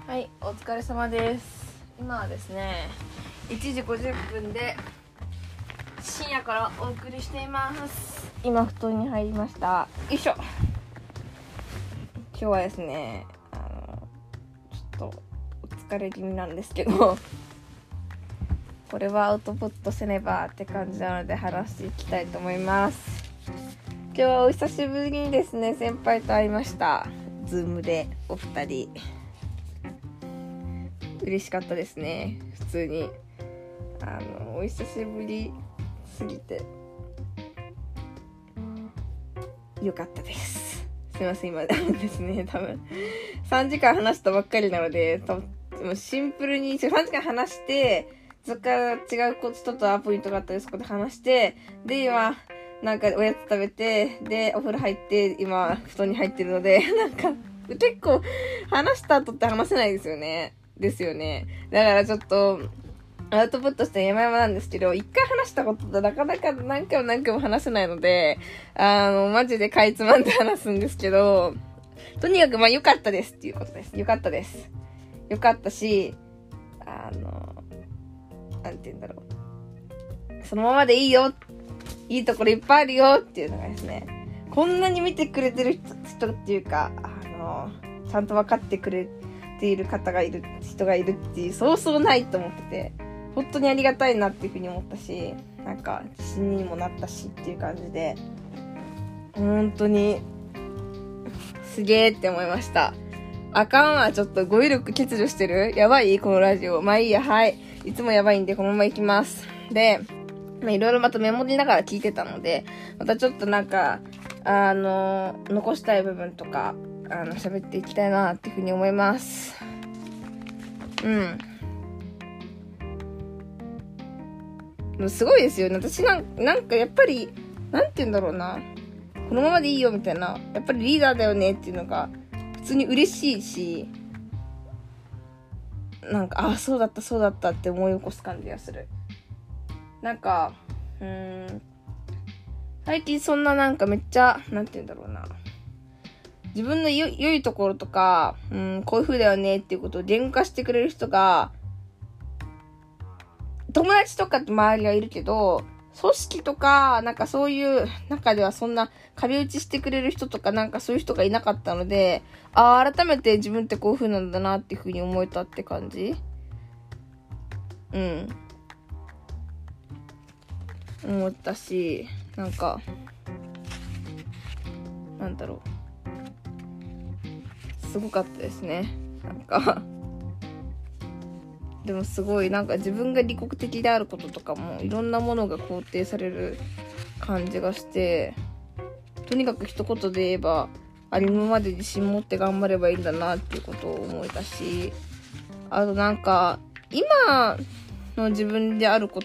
はい、お疲れ様です。今はですね、1時50分で深夜からお送りしています。今布団に入りました。よいしょ。今日はですね、ちょっとお疲れ気味なんですけどこれはアウトプットせねばって感じなので話していきたいと思います。今日はお久しぶりにですね、先輩と会いました。ズームでお二人。嬉しかったですね。普通にお久しぶりすぎてよかったです。すいません、今ですね、多分3時間話したばっかりなので、もうシンプルに3時間話して、そっから違う人とアポイントがあったりそこで話して、で今なんかおやつ食べて、でお風呂入って今布団に入ってるので、なんか結構話した後って話せないですよね。だからちょっとアウトプットして山々なんですけど、一回話したことってなかなか何回も話せないので、マジでかいつまんで話すんですけど、とにかく良かったですっていうことです。よかったです。よかったし、なんて言うんだろう。そのままでいいよ。いいところいっぱいあるよっていうのがですね、こんなに見てくれてる人っていうか、ちゃんと分かってくれている人がいるっていう、そうそうないと思ってて、本当にありがたいなっていうふうに思ったし、なんか自信にもなったしっていう感じで、本当にすげーって思いました。あかんわ、ちょっと語彙力欠如してる？やばい？このラジオ。まあいいや、はい。いつもやばいんでこのまま行きます。で、いろいろまたメモりながら聞いてたので、またちょっとなんか、残したい部分とか、喋っていきたいなっていうふうに思います。すごいですよね。私なんかやっぱり、なんて言うんだろうな。このままでいいよみたいな。やっぱりリーダーだよねっていうのが、普通に嬉しいし、なんか、そうだったって思い起こす感じがする。なんか、最近そんななんかめっちゃ、なんて言うんだろうな。自分の良いところとか、こういう風だよねっていうことを言語化してくれる人が、友達とかって周りはいるけど、組織とか、なんかそういう中ではそんな壁打ちしてくれる人とか、なんかそういう人がいなかったので、改めて自分ってこういう風なんだなっていう風に思えたって感じ。思ったし、なんか、なんだろう。すごかったですね。なんかでもすごいなんか自分が利己的であることとかもいろんなものが肯定される感じがして、とにかく一言で言えばありのままで自信持って頑張ればいいんだなっていうことを思えたし、あとなんか今の自分であること、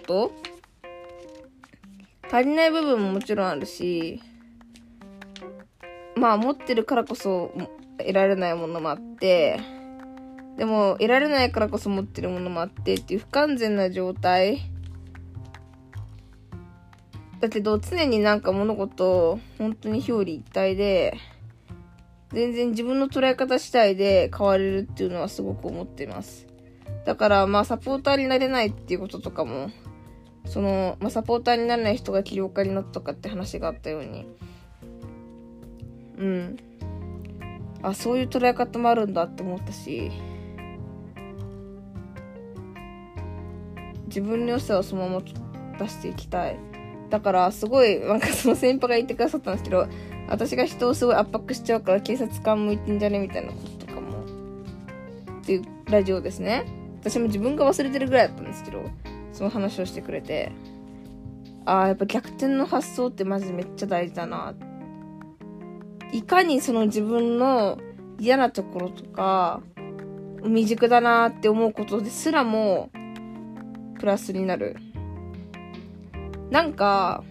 足りない部分ももちろんあるし、まあ持ってるからこそ得られないものもあって、でも得られないからこそ持ってるものもあってっていう不完全な状態だけど、常になんか物事本当に表裏一体で、全然自分の捉え方次第で変われるっていうのはすごく思っています。だからまあサポーターになれないっていうこととかも、サポーターになれない人が起業家になったとかって話があったように、そういう捉え方もあるんだって思ったし、自分の良さをそのまま出していきたい。だからすごいなんかその先輩が言ってくださったんですけど、私が人をすごい圧迫しちゃうから警察官向いてんじゃねみたいなこととかもっていうラジオですね。私も自分が忘れてるぐらいだったんですけど、その話をしてくれて、やっぱ逆転の発想ってマジでめっちゃ大事だな。いかにその自分の嫌なところとか未熟だなって思うことですらもプラスになる。なんか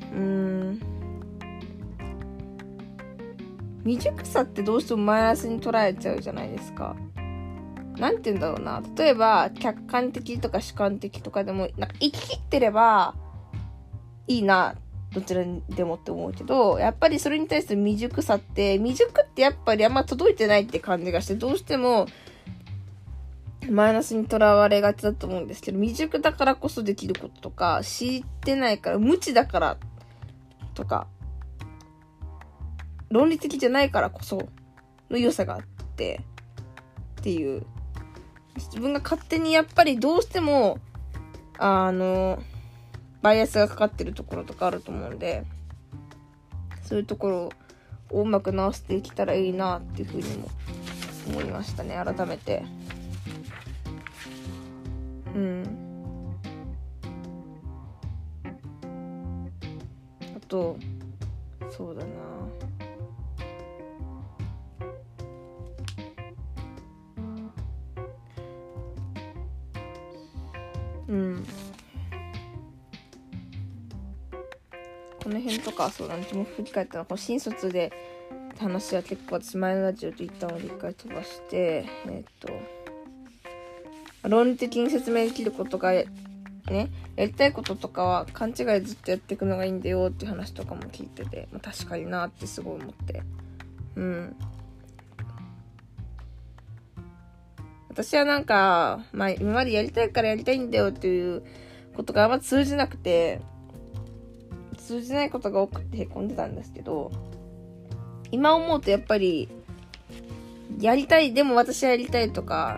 未熟さってどうしてもマイナスに捉えちゃうじゃないですか。なんて言うんだろうな。例えば客観的とか主観的とかでも、なんか生き切ってればいいな、どちらにでもって思うけど、やっぱりそれに対する未熟ってやっぱりあんま届いてないって感じがして、どうしてもマイナスにとらわれがちだと思うんですけど、未熟だからこそできることとか、知ってないから、無知だからとか、論理的じゃないからこその良さがあってっていう、自分が勝手にやっぱりどうしてもバイアスがかかってるところとかあると思うんで、そういうところをうまく直していけたらいいなっていうふうにも思いましたね、改めて。あとそうだな、この辺とかそうだね。自分振り返ったら、この新卒で話は結構私前のラジオで言ったので一回飛ばして、論理的に説明できることがね、やりたいこととかは勘違いずっとやっていくのがいいんだよっていう話とかも聞いてて、確かになってすごい思って、私はなんか、今までやりたいからやりたいんだよっていうことがあんま通じなくて、通じないことが多くて凹んでたんですけど、今思うとやっぱりやりたい、でも私はやりたいとか、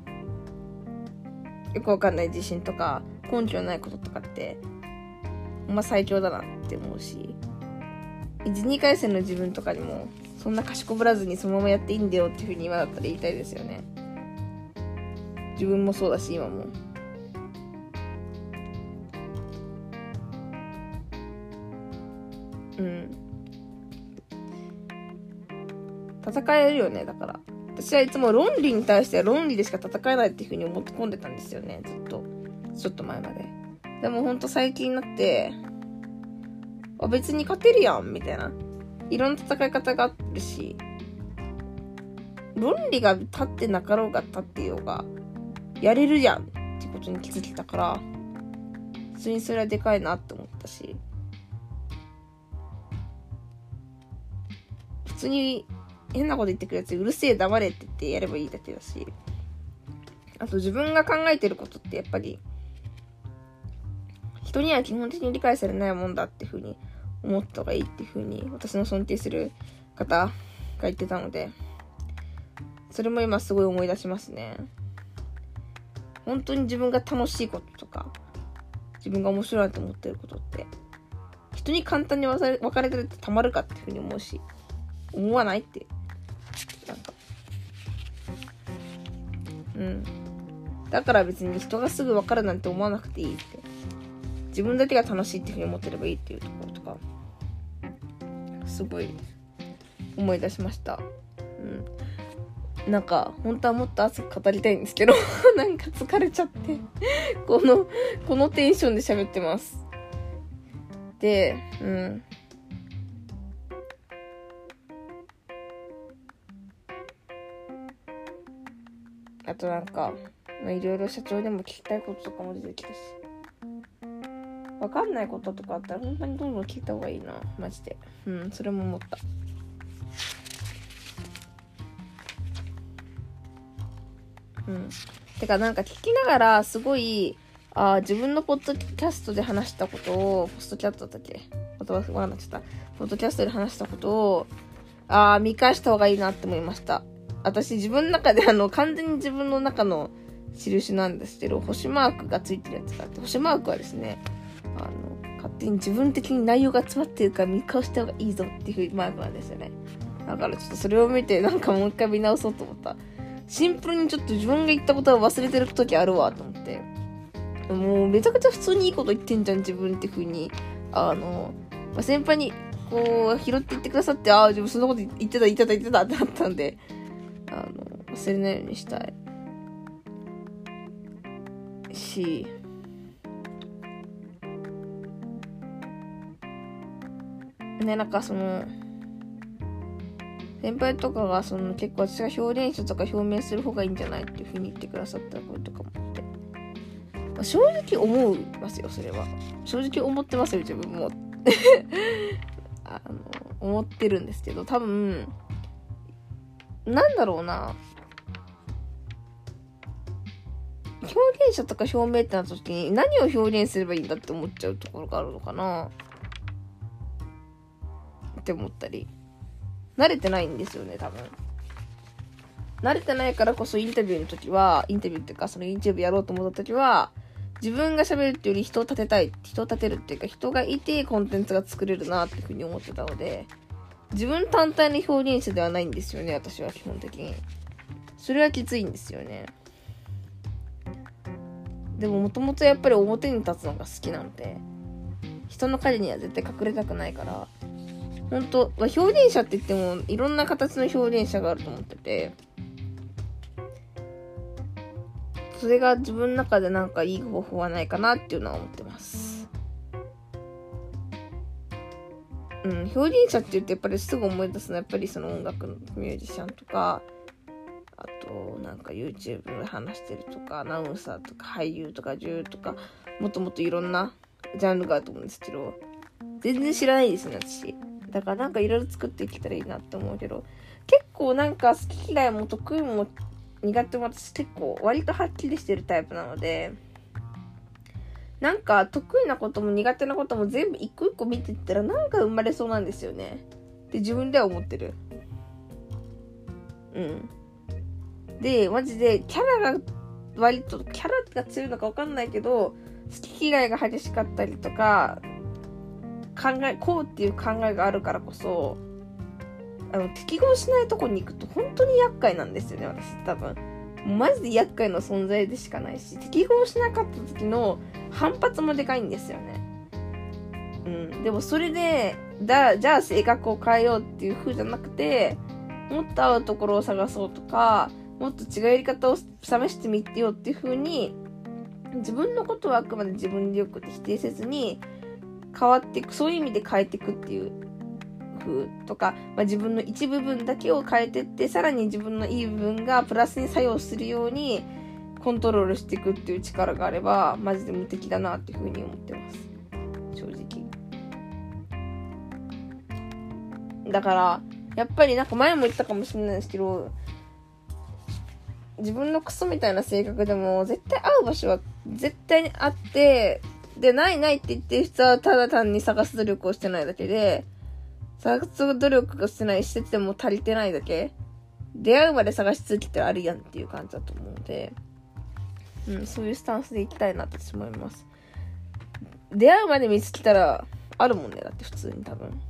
よくわかんない自信とか根拠のないこととかって最強だなって思うし、1、2回戦の自分とかにもそんな賢ぶらずにそのままやっていいんだよっていう風に今だったら言いたいですよね。自分もそうだし今も。戦えるよね。だから私はいつも論理に対しては論理でしか戦えないっていう風に思って込んでたんですよね、ずっと。ちょっと前まで。でもほんと最近になって別に勝てるやんみたいな、いろんな戦い方があるし、論理が立ってなかろうが立っていようがやれるやんってことに気づけたから、普通にそれはでかいなって思ったし、普通に変なこと言ってくるやつうるせえ黙れって言ってやればいいだけだし、あと自分が考えてることってやっぱり人には基本的に理解されないもんだっていう風に思った方がいいっていう風に私の尊敬する方が言ってたので、それも今すごい思い出しますね。本当に自分が楽しいこととか自分が面白いなと思ってることって人に簡単に分かれてるってたまるかっていう風に思うし、思わないって、なんかだから別に人がすぐ分かるなんて思わなくていいって、自分だけが楽しいっていう風に思ってればいいっていうところとかすごい思い出しました。なんか本当はもっと熱く語りたいんですけどなんか疲れちゃってこのテンションで喋ってます。で、あとなんかいろいろ社長でも聞きたいこととかも出てきたし、わかんないこととかあったら本当にどんどん聞いた方がいいな、マジで。それも思った。てかなんか聞きながらすごい自分のポッドキャストで話したことをポッドキャストだっけ、言葉がなっちゃった。ポッドキャストで話したことを見返した方がいいなって思いました。私自分の中で完全に自分の中の印なんですけど、星マークがついてるやつがあって、星マークはですね、勝手に自分的に内容が詰まってるから見返した方がいいぞっていうマークなんですよね。だからちょっとそれを見てなんかもう一回見直そうと思った。シンプルにちょっと自分が言ったことを忘れてる時あるわと思って、もうめちゃくちゃ普通にいいこと言ってんじゃん自分って風に先輩にこう拾って言ってくださって、自分そんなこと言ってたってなったんで、忘れないようにしたいし、なんか先輩とかが結構私が表現者とか表明する方がいいんじゃないっていう風に言ってくださったこととかもあって、正直思いますよ。それは正直思ってますよ、自分も思ってるんですけど、多分なんだろうな、 表現者とか表明ってなった時に何を表現すればいいんだって思っちゃうところがあるのかなって思ったり。慣れてないんですよね、多分。慣れてないからこそインタビューっていうかそのインタビューやろうと思った時は、自分が喋るっていうより人を立てるっていうか人がいてコンテンツが作れるなっていうふうに思ってたので、自分単体の表現者ではないんですよね、私は基本的に。それはきついんですよね。でももともとやっぱり表に立つのが好きなので、人の影には絶対隠れたくないから、本当、表現者って言ってもいろんな形の表現者があると思ってて、それが自分の中でなんかいい方法はないかなっていうのは思ってます。表現者って言ってやっぱりすぐ思い出すのはやっぱりその音楽のミュージシャンとか、あとなんか YouTube で話してるとか、アナウンサーとか俳優とか女優とか、もっともっといろんなジャンルがあると思うんですけど、全然知らないですね、私。だからなんかいろいろ作っていけたらいいなって思うけど、結構なんか好き嫌いも得意も苦手も私結構割とはっきりしてるタイプなので、なんか得意なことも苦手なことも全部一個一個見ていったらなんか生まれそうなんですよねって自分では思ってる。で、マジでキャラが強いのか分かんないけど、好き嫌いが激しかったりとか、こうっていう考えがあるからこそ、適合しないとこに行くと本当に厄介なんですよね、私多分。マジで厄介な存在でしかないし、適合しなかった時の反発もでかいんですよね。でもそれで、じゃあ性格を変えようっていう風じゃなくて、もっと合うところを探そうとか、もっと違うやり方を試してみてよっていう風に、自分のことはあくまで自分でよく否定せずに変わっていく、そういう意味で変えていくっていう風とか、自分の一部分だけを変えてって、さらに自分のいい部分がプラスに作用するようにコントロールしていくっていう力があれば、マジで無敵だなっていう風に思ってます、正直。だからやっぱりなんか前も言ったかもしれないですけど、自分のクソみたいな性格でも絶対会う場所は絶対にあって、で、ないって言ってる人はただ単に探す努力をしてないだけで、探す努力がしてない施設でも足りてないだけ、出会うまで探し続けたらあるやんっていう感じだと思うので、そういうスタンスでいきたいなって思います。出会うまで見つけたらあるもんね、だって普通に多分。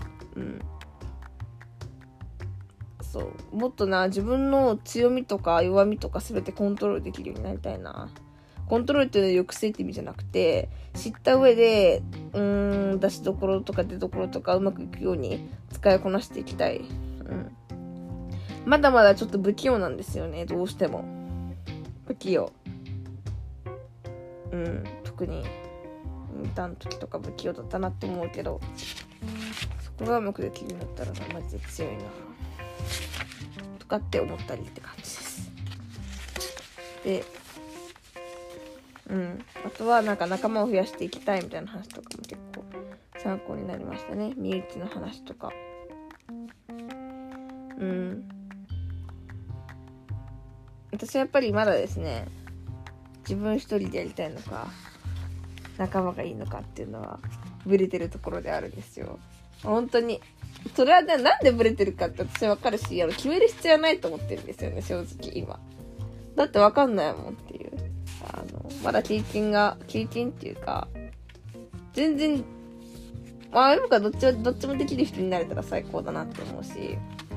そう、もっと自分の強みとか弱みとか全てコントロールできるようになりたいな。コントロールっていうのは抑制って意味じゃなくて、知った上で出しどころとか出どころとかうまくいくように使いこなしていきたい。まだまだちょっと不器用なんですよね、どうしても。不器用。特にインターンの時とか不器用だったなって思うけど、そこがうまくできるようになったらマジで強いなとかって思ったりって感じです。で、あとはなんか仲間を増やしていきたいみたいな話とかも結構参考になりましたね。身内の話とか。私はやっぱりまだですね、自分一人でやりたいのか仲間がいいのかっていうのはブレてるところであるんですよ。本当にそれはね、なんでブレてるかって私は分かるし、決める必要はないと思ってるんですよね、正直今。だって分かんないもんっていう、まだ経験っていうか、全然でもどっちもできる人になれたら最高だなって思うし、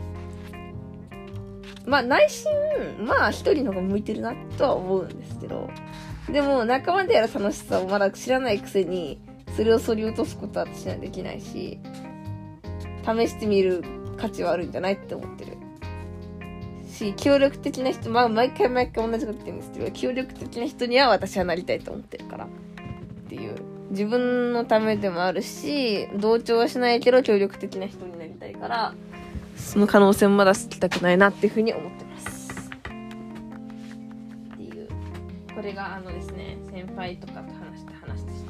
内心一人の方が向いてるなとは思うんですけど、でも仲間でやる楽しさをまだ知らないくせにそれをそり落とすことは私にはできないし、試してみる価値はあるんじゃないって思ってるし、協力的な人、毎回同じこと言ってるんですけど、協力的な人には私はなりたいと思ってるからっていう、自分のためでもあるし、同調はしないけど協力的な人になりたいから、その可能性もまだ捨てたくないなっていうふうに思ってますっていう、これがですね、先輩とかと話した話でした。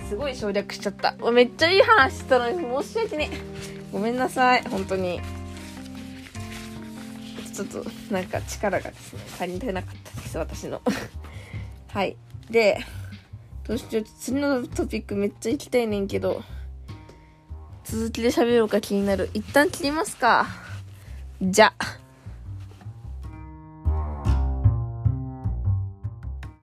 すごい省略しちゃった。めっちゃいい話したのに申し訳ねえ、ごめんなさい。本当にちょっとなんか力がですね足りてなかったです、私のはい。で、どうしよう。次のトピックめっちゃ行きたいねんけど、続きで喋ろうか気になる。一旦切りますか。じゃ。